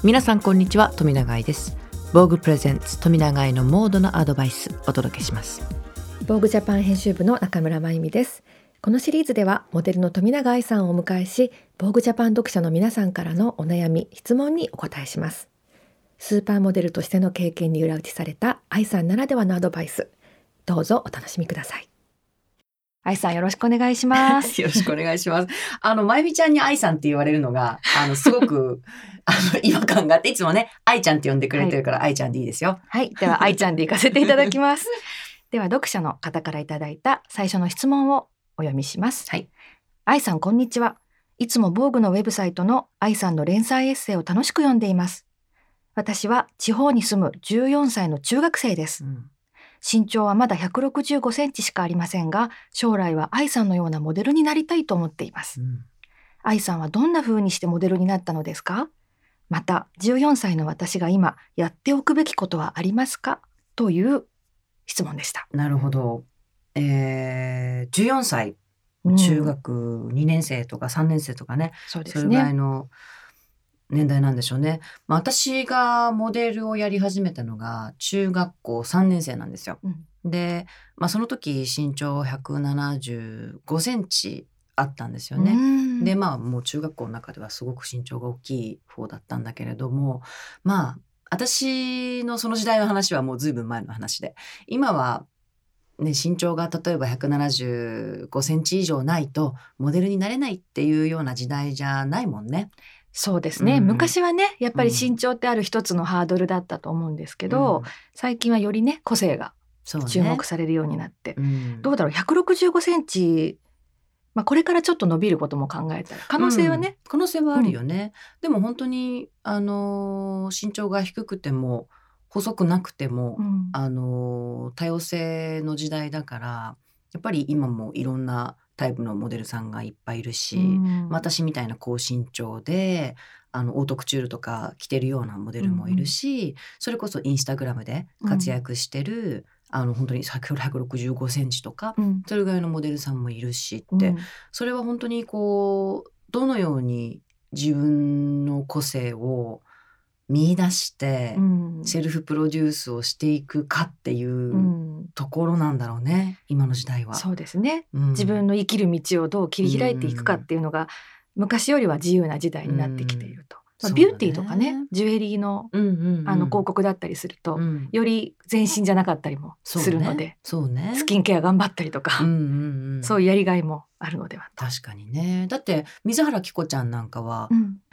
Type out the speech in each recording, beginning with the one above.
皆さんこんにちは、富永愛です。防具プレゼンツ富永愛のモードのアドバイスお届けします。 防具ジャパン編集部の中村真由美です。このシリーズではモデルの富永愛さんをお迎えし、防具ジャパン読者の皆さんからのお悩み質問にお答えします。スーパーモデルとしての経験に裏打ちされた愛さんならではのアドバイス、どうぞお楽しみください。愛さん、よろしくお願いしますよろしくお願いします。まゆみちゃんに愛さんって言われるのがすごく違和感があって、いつもね愛ちゃんって呼んでくれてるから、愛ちゃんでいいですよ。 はい、では愛ちゃんで行かせていただきますでは読者の方からいただいた最初の質問をお読みします。 はい。 愛さん、こんにちは。いつも防具のウェブサイトの愛さんの連載エッセイを楽しく読んでいます。私は地方に住む14歳の中学生です。身長はまだ165センチしかありませんが、将来は愛さんのようなモデルになりたいと思っています。愛さんはどんな風にしてモデルになったのですか？また14歳の私が今やっておくべきことはありますか？という質問でした。 なるほど。14歳、中学2年生とか3年生とかね、 そうですね。 それぐらいの年代なんでしょうね。私がモデルをやり始めたのが中学校3年生なんですよ。で、その時身長175センチあったんですよね。で、もう中学校の中ではすごく身長が大きい方だったんだけれども、私のその時代の話はもうずいぶん前の話で、今はね、身長が例えば175センチ以上ないとモデルになれないっていうような時代じゃないもんね。 そうですね、昔はねやっぱり身長ってある一つのハードルだったと思うんですけど、最近はよりね個性が注目されるようになって、どうだろう、165センチ、これからちょっと伸びることも考えたら可能性はね、 可能性はあるよね。でも本当に身長が低くても細くなくても、多様性の時代だから、やっぱり今もいろんなタイプのモデルさんがいっぱいいるし、私みたいな高身長でオートクチュールとか着てるようなモデルもいるし、それこそインスタグラムで活躍してる、本当に先ほど165センチとか、それぐらいのモデルさんもいるしって、それは本当にこうどのように自分の個性を見出して、セルフプロデュースをしていくかっていうところなんだろうね、今の時代は。 そうですね、自分の生きる道をどう切り開いていくかっていうのが、昔よりは自由な時代になってきていると。ビューティーとかね、ジュエリーの、広告だったりすると、より全身じゃなかったりもするので、スキンケア頑張ったりとか、そういうやりがいもあるのではと。 確かにね。だって水原希子ちゃんなんかは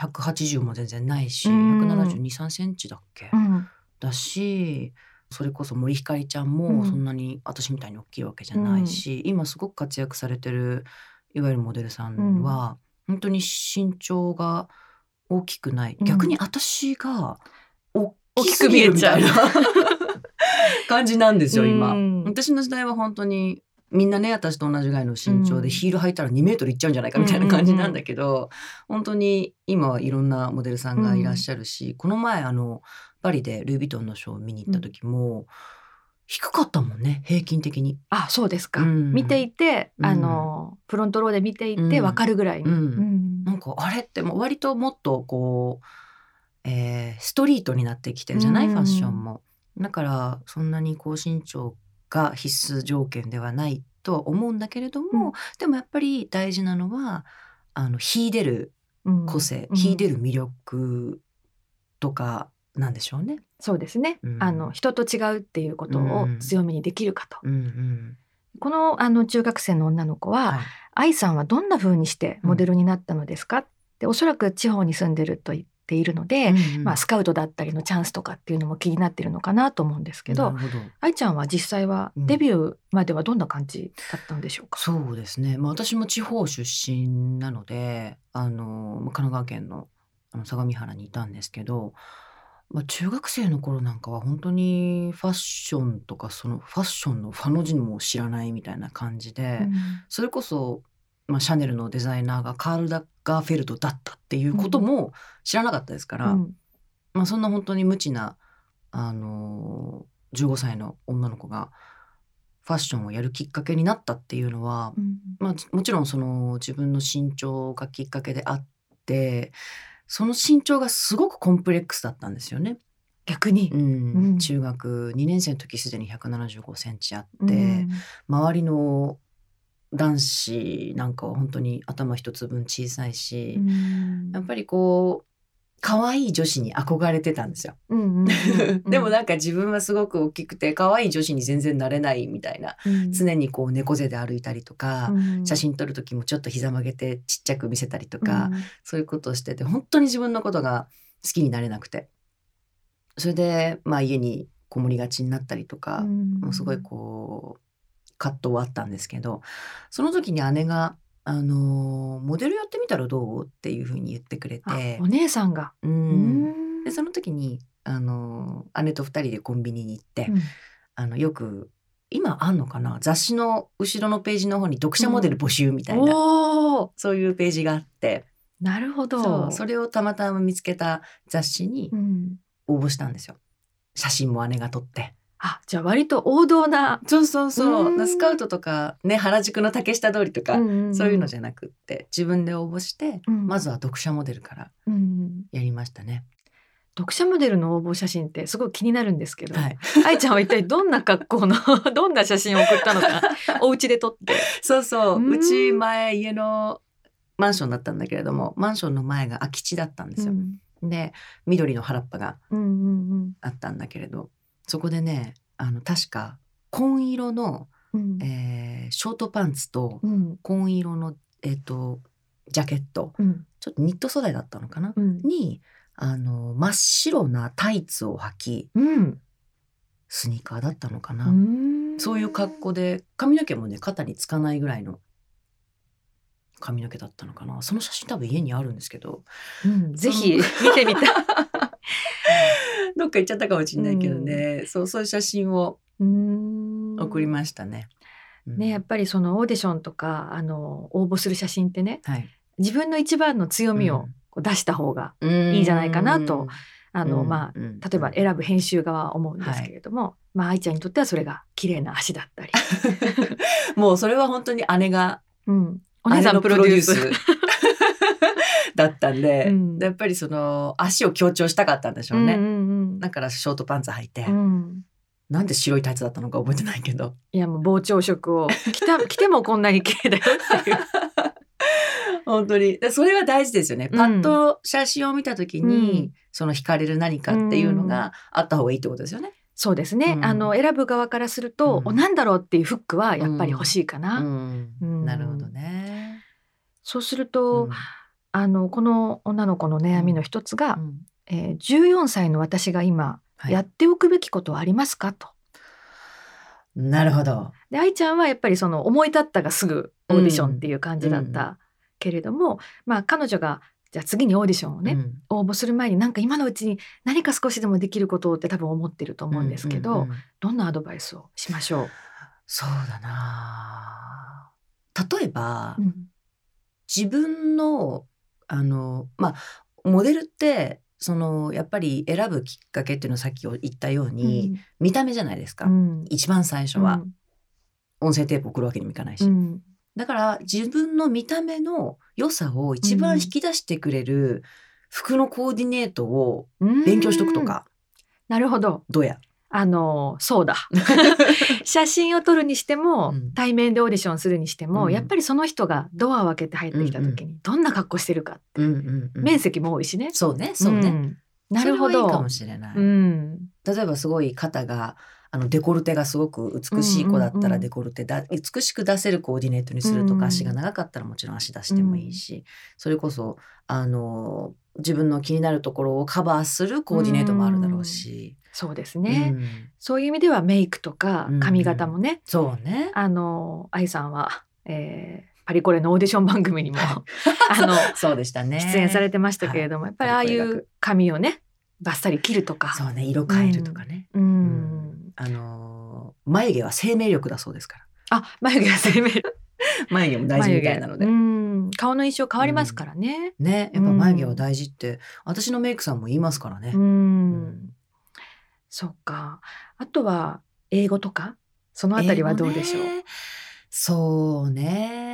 180も全然ないし、172、3センチだっけ、だし、それこそ森ひかりちゃんもそんなに私みたいに大きいわけじゃないし、今すごく活躍されてるいわゆるモデルさんは、本当に身長が大きくない、逆に私が大きく見えるみたいな感じなんですよ今。私の時代は本当にみんなね、私と同じぐらいの身長でヒール履いたら2メートルいっちゃうんじゃないかみたいな感じなんだけど、本当に今はいろんなモデルさんがいらっしゃるし、この前パリでルイ・ヴィトンのショーを見に行った時も、低かったもんね、平均的に。 あ、そうですか。見ていて、フロントローで見ていて分かるぐらいに、 なんかあれってもう割ともっとこう、ストリートになってきてるじゃない、ファッションも。だからそんなに高身長が必須条件ではないとは思うんだけれども、でもやっぱり大事なのは秀でる個性、秀でる魅力とかなんでしょうね。 そうですね、人と違うっていうことを強みにできるかと。この中学生の女の子は、愛さんはどんな風にしてモデルになったのですか？で、おそらく地方に住んでると言っているので、スカウトだったりのチャンスとかっていうのも気になってるのかなと思うんですけど、愛ちゃんは実際はデビューまではどんな感じだったんでしょうか？ そうですね、私も地方出身なので神奈川県の相模原にいたんですけど、中学生の頃なんかは本当にファッションとか、そのファッションのファの字も知らないみたいな感じで、それこそ、シャネルのデザイナーがカール・ラガーフェルトだったっていうことも知らなかったですから、そんな本当に無知な15歳の女の子がファッションをやるきっかけになったっていうのは、もちろんその自分の身長がきっかけであって、 その身長がすごくコンプレックスだったんですよね。 逆に、 中学2年生の時すでに175センチあって、周りの男子なんかは本当に頭一つ分小さいし、やっぱりこう可愛い女子に憧れてたんですよ。でもなんか自分はすごく大きくて可愛い女子に全然なれないみたいな、常にこう猫背で歩いたりとか、写真撮る時もちょっと膝曲げてちっちゃく見せたりとか、そういうことをしてて、本当に自分のことが好きになれなくて、それで家にこもりがちになったりとか、もうすごいこう葛藤はあったんですけど、その時に姉がモデルやってみたらどうっていうふうに言ってくれて、 お姉さんが、 でその時に姉と2人でコンビニに行って、よく今あんのかな、雑誌の後ろのページの方に読者モデル募集みたいな、そういうページがあって、 なるほど。 それをたまたま見つけた雑誌に応募したんですよ。写真も姉が撮って。 じゃあ割と王道な。 そうスカウトとかね、原宿の竹下通りとか、そういうのじゃなくって自分で応募して、まずは読者モデルからやりましたね。 読者モデルの応募写真ってすごい気になるんですけど、愛ちゃんは一体どんな格好のどんな写真を送ったのかお家で撮って。 うち前家のマンションだったんだけれども、マンションの前が空き地だったんですよ。で緑の原っぱがあったんだけれど、そこでね、確か紺色の、ショートパンツと紺色の、ジャケット、ちょっとニット素材だったのかな、に真っ白なタイツを履き、スニーカーだったのかな、そういう格好で、髪の毛もね肩につかないぐらいの髪の毛だったのかな。その写真多分家にあるんですけど、 ぜひ見てみたい。 どっか行っちゃったかもしれないけどね、そういう写真を送りましたね。 やっぱりそのオーディションとか応募する写真ってね、自分の一番の強みを出した方がいいんじゃないかなと、例えば選ぶ編集側は思うんですけれども、愛ちゃんにとってはそれが綺麗な足だったりもうそれは本当に姉が、 お姉さんプロデュースだったんで、やっぱりその足を強調したかったんでしょうね。だからショートパンツ履いて、なんで白いタイツだったのか覚えてないけど、 いやもう膨張色を着てもこんなに綺麗だよっていう本当にそれは大事ですよね。パッと写真を見た時に、その惹かれる何かっていうのがあった方がいいってことですよね。 そうですね、選ぶ側からすると、なんだろうっていうフックはやっぱり欲しいかな。 なるほどね。 そうすると、この女の子の悩みの一つが、14歳の私が今、やっておくべきことはありますかと。 なるほど。 で愛ちゃんはやっぱりその思い立ったがすぐオーディションっていう感じだったけれども、彼女がじゃあ次にオーディションをね、応募する前になんか今のうちに何か少しでもできることって多分思ってると思うんですけど、どんなアドバイスをしましょう？ そうだな、例えば、自分のモデルってやっぱり選ぶきっかけっていうのはさっき言ったように、見た目じゃないですか、一番最初は、音声テープ送るわけにもいかないし、だから自分の見た目の良さを一番引き出してくれる服のコーディネートを勉強しとくとか。 なるほど。 どうやそうだ写真を撮るにしても、対面でオーディションするにしても、やっぱりその人がドアを開けて入ってきた時にどんな格好してるかって、面積も多いしね。 そうね、 なるほど。 それはいいかもしれない、例えばすごい肩がデコルテがすごく美しい子だったらデコルテ美しく出せるコーディネートにするとか、足が長かったらもちろん足出してもいいし、それこそ自分の気になるところをカバーするコーディネートもあるだろうし、 そうですね、そういう意味ではメイクとか髪型もね、 そうね、 愛さんは、パリコレのオーディション番組にもそうでしたね、 出演されてましたけれども、やっぱりああいう髪をねバッサリ切るとか、 そうね、色変えるとかね、眉毛は生命力だそうですから。 眉毛は生命力眉毛も大事みたいなので、 顔の印象変わりますからね、 やっぱ眉毛は大事って私のメイクさんも言いますからね。 そっか。あとは英語とかそのあたりはどうでしょう？ そうね、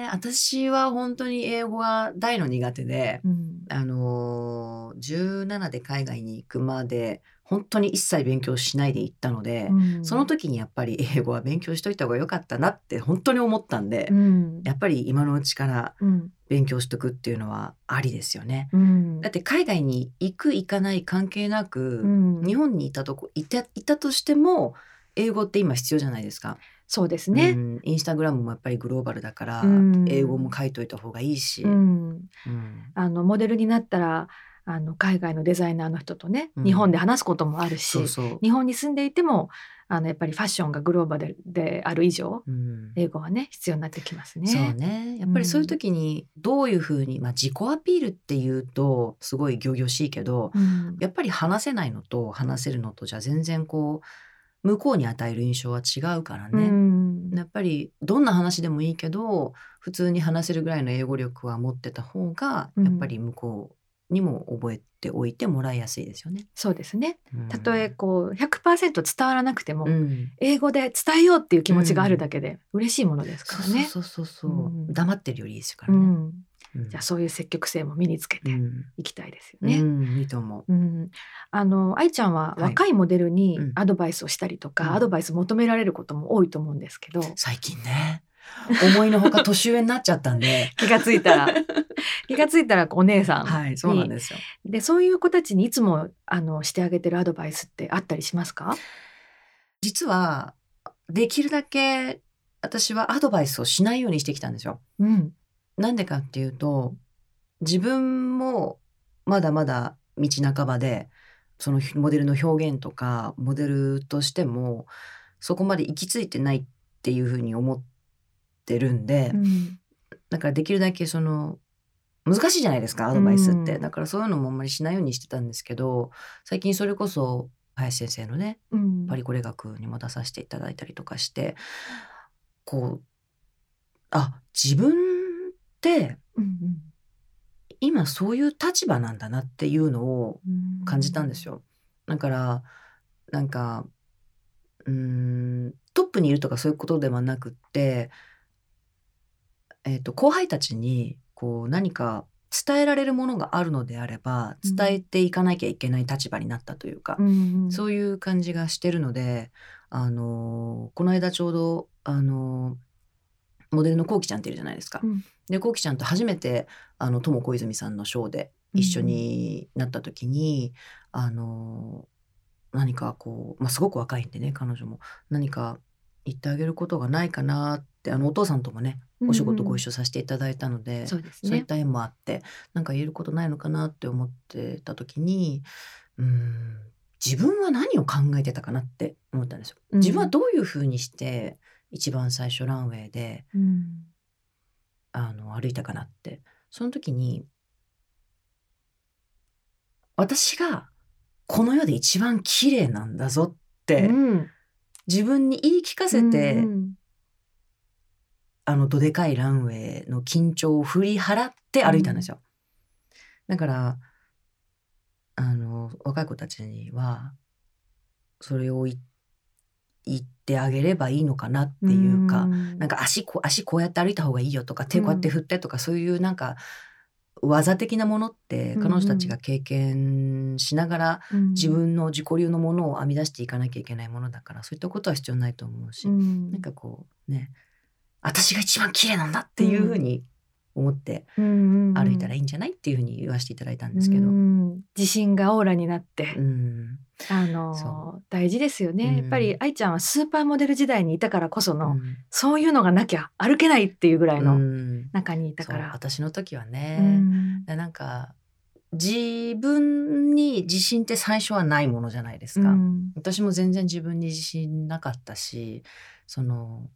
私は本当に英語が大の苦手で、17で海外に行くまで本当に一切勉強しないで行ったので、その時にやっぱり英語は勉強しといた方が良かったなって本当に思ったんで、やっぱり今のうちから勉強しとくっていうのはありですよね。だって海外に行く行かない関係なく、日本にいたとしても英語って今必要じゃないですか。 そうですね、 インスタグラムもやっぱりグローバルだから、英語も書いといた方がいいし、 モデルになったら海外のデザイナーの人とね、日本で話すこともあるし、日本に住んでいてもやっぱりファッションがグローバルである以上、英語はね必要になってきますね。 そうね、やっぱりそういう時にどういうふうに、自己アピールっていうとすごい仰々しいけど、やっぱり話せないのと話せるのとじゃ全然こう向こうに与える印象は違うからね、やっぱりどんな話でもいいけど普通に話せるぐらいの英語力は持ってた方がやっぱり向こうにも覚えておいてもらいやすいですよね。 そうですね、たとえこう 100% 伝わらなくても、英語で伝えようっていう気持ちがあるだけで嬉しいものですからね。黙ってるよりいいですからね。じゃあそういう積極性も身につけていきたいですよね。 いいと思う。 愛ちゃんは若いモデルにアドバイスをしたりとか、アドバイス求められることも多いと思うんですけど、 最近ね思いのほか年上になっちゃったんで気がついたらお姉さんに、 そうなんですよ。 でそういう子たちにいつもしてあげてるアドバイスってあったりしますか？ 実はできるだけ私はアドバイスをしないようにしてきたんですよ。なんでかっていうと、自分もまだまだ道半ばで、そのモデルの表現とかモデルとしてもそこまで行き着いてないっていうふうに思ってるんで、だからできるだけその難しいじゃないですか、アドバイスって。だからそういうのもあんまりしないようにしてたんですけど、最近それこそ林先生のね、パリコレ学にも出させていただいたりとかして、こう自分って今そういう立場なんだなっていうのを感じたんですよ。だからなんかトップにいるとかそういうことではなくって、後輩たちにこう何か伝えられるものがあるのであれば伝えていかなきゃいけない立場になったというか、そういう感じがしてるので、この間ちょうどモデルのこうきちゃんっているじゃないですか。でこうきちゃんと初めて友小泉さんのショーで一緒になった時に、何かこう、すごく若いんでね彼女も何か言ってあげることがないかなって、お父さんともねお仕事ご一緒させていただいたので、そういった縁もあってなんか言えることないのかなって思ってた時に、自分は何を考えてたかなって思ったんですよ。自分はどういうふうにして一番最初ランウェイで、歩いたかなって。その時に私がこの世で一番綺麗なんだぞって、自分に言い聞かせて、どでかいランウェイの緊張を振り払って歩いたんですよ。だから若い子たちにはそれを言ってあげればいいのかなっていうか、なんか足こうやって歩いた方がいいよとか手こうやって振ってとか、そういうなんか技的なものって彼女たちが経験しながら自分の自己流のものを編み出していかなきゃいけないものだから、そういったことは必要ないと思うし、なんかこうね、私が一番綺麗なんだっていうふうに思って歩いたらいいんじゃないっていうふうに言わせていただいたんですけど、 自信がオーラになって大事ですよね。やっぱり愛ちゃんはスーパーモデル時代にいたからこその、そういうのがなきゃ歩けないっていうぐらいの中にいたから、 私の時はね、なんか自分に自信って最初はないものじゃないですか。私も全然自分に自信なかったし、その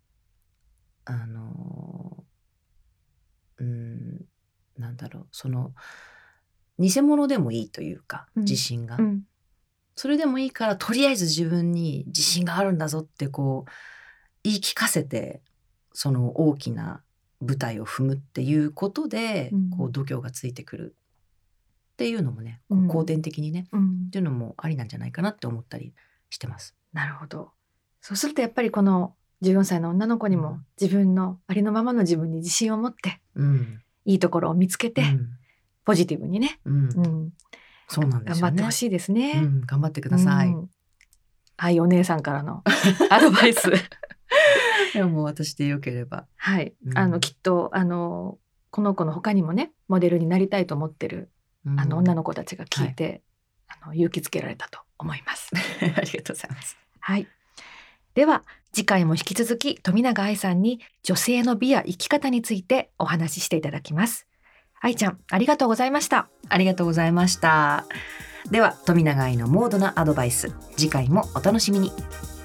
なんだろう、その偽物でもいいというか、自信が、それでもいいからとりあえず自分に自信があるんだぞってこう言い聞かせて、その大きな舞台を踏むっていうことで、こう度胸がついてくるっていうのもね、後天的にね、っていうのもありなんじゃないかなって思ったりしてます。 なるほど。そうするとやっぱりこの 14歳の女の子にも自分のありのままの自分に自信を持って、いいところを見つけて、ポジティブにね、 そうなんですよね。 頑張ってほしいですね。 頑張ってください。 はい、お姉さんからのアドバイス。 でも私でよければ。 はい、きっとこの子の他にもね、モデルになりたいと思ってる、女の子たちが聞いて、勇気づけられたと思います。 ありがとうございます。 はい。では次回も引き続き富永愛さんに女性の美や生き方についてお話ししていただきます。愛ちゃん、ありがとうございました。 ありがとうございました。では富永愛のモードなアドバイス、次回もお楽しみに。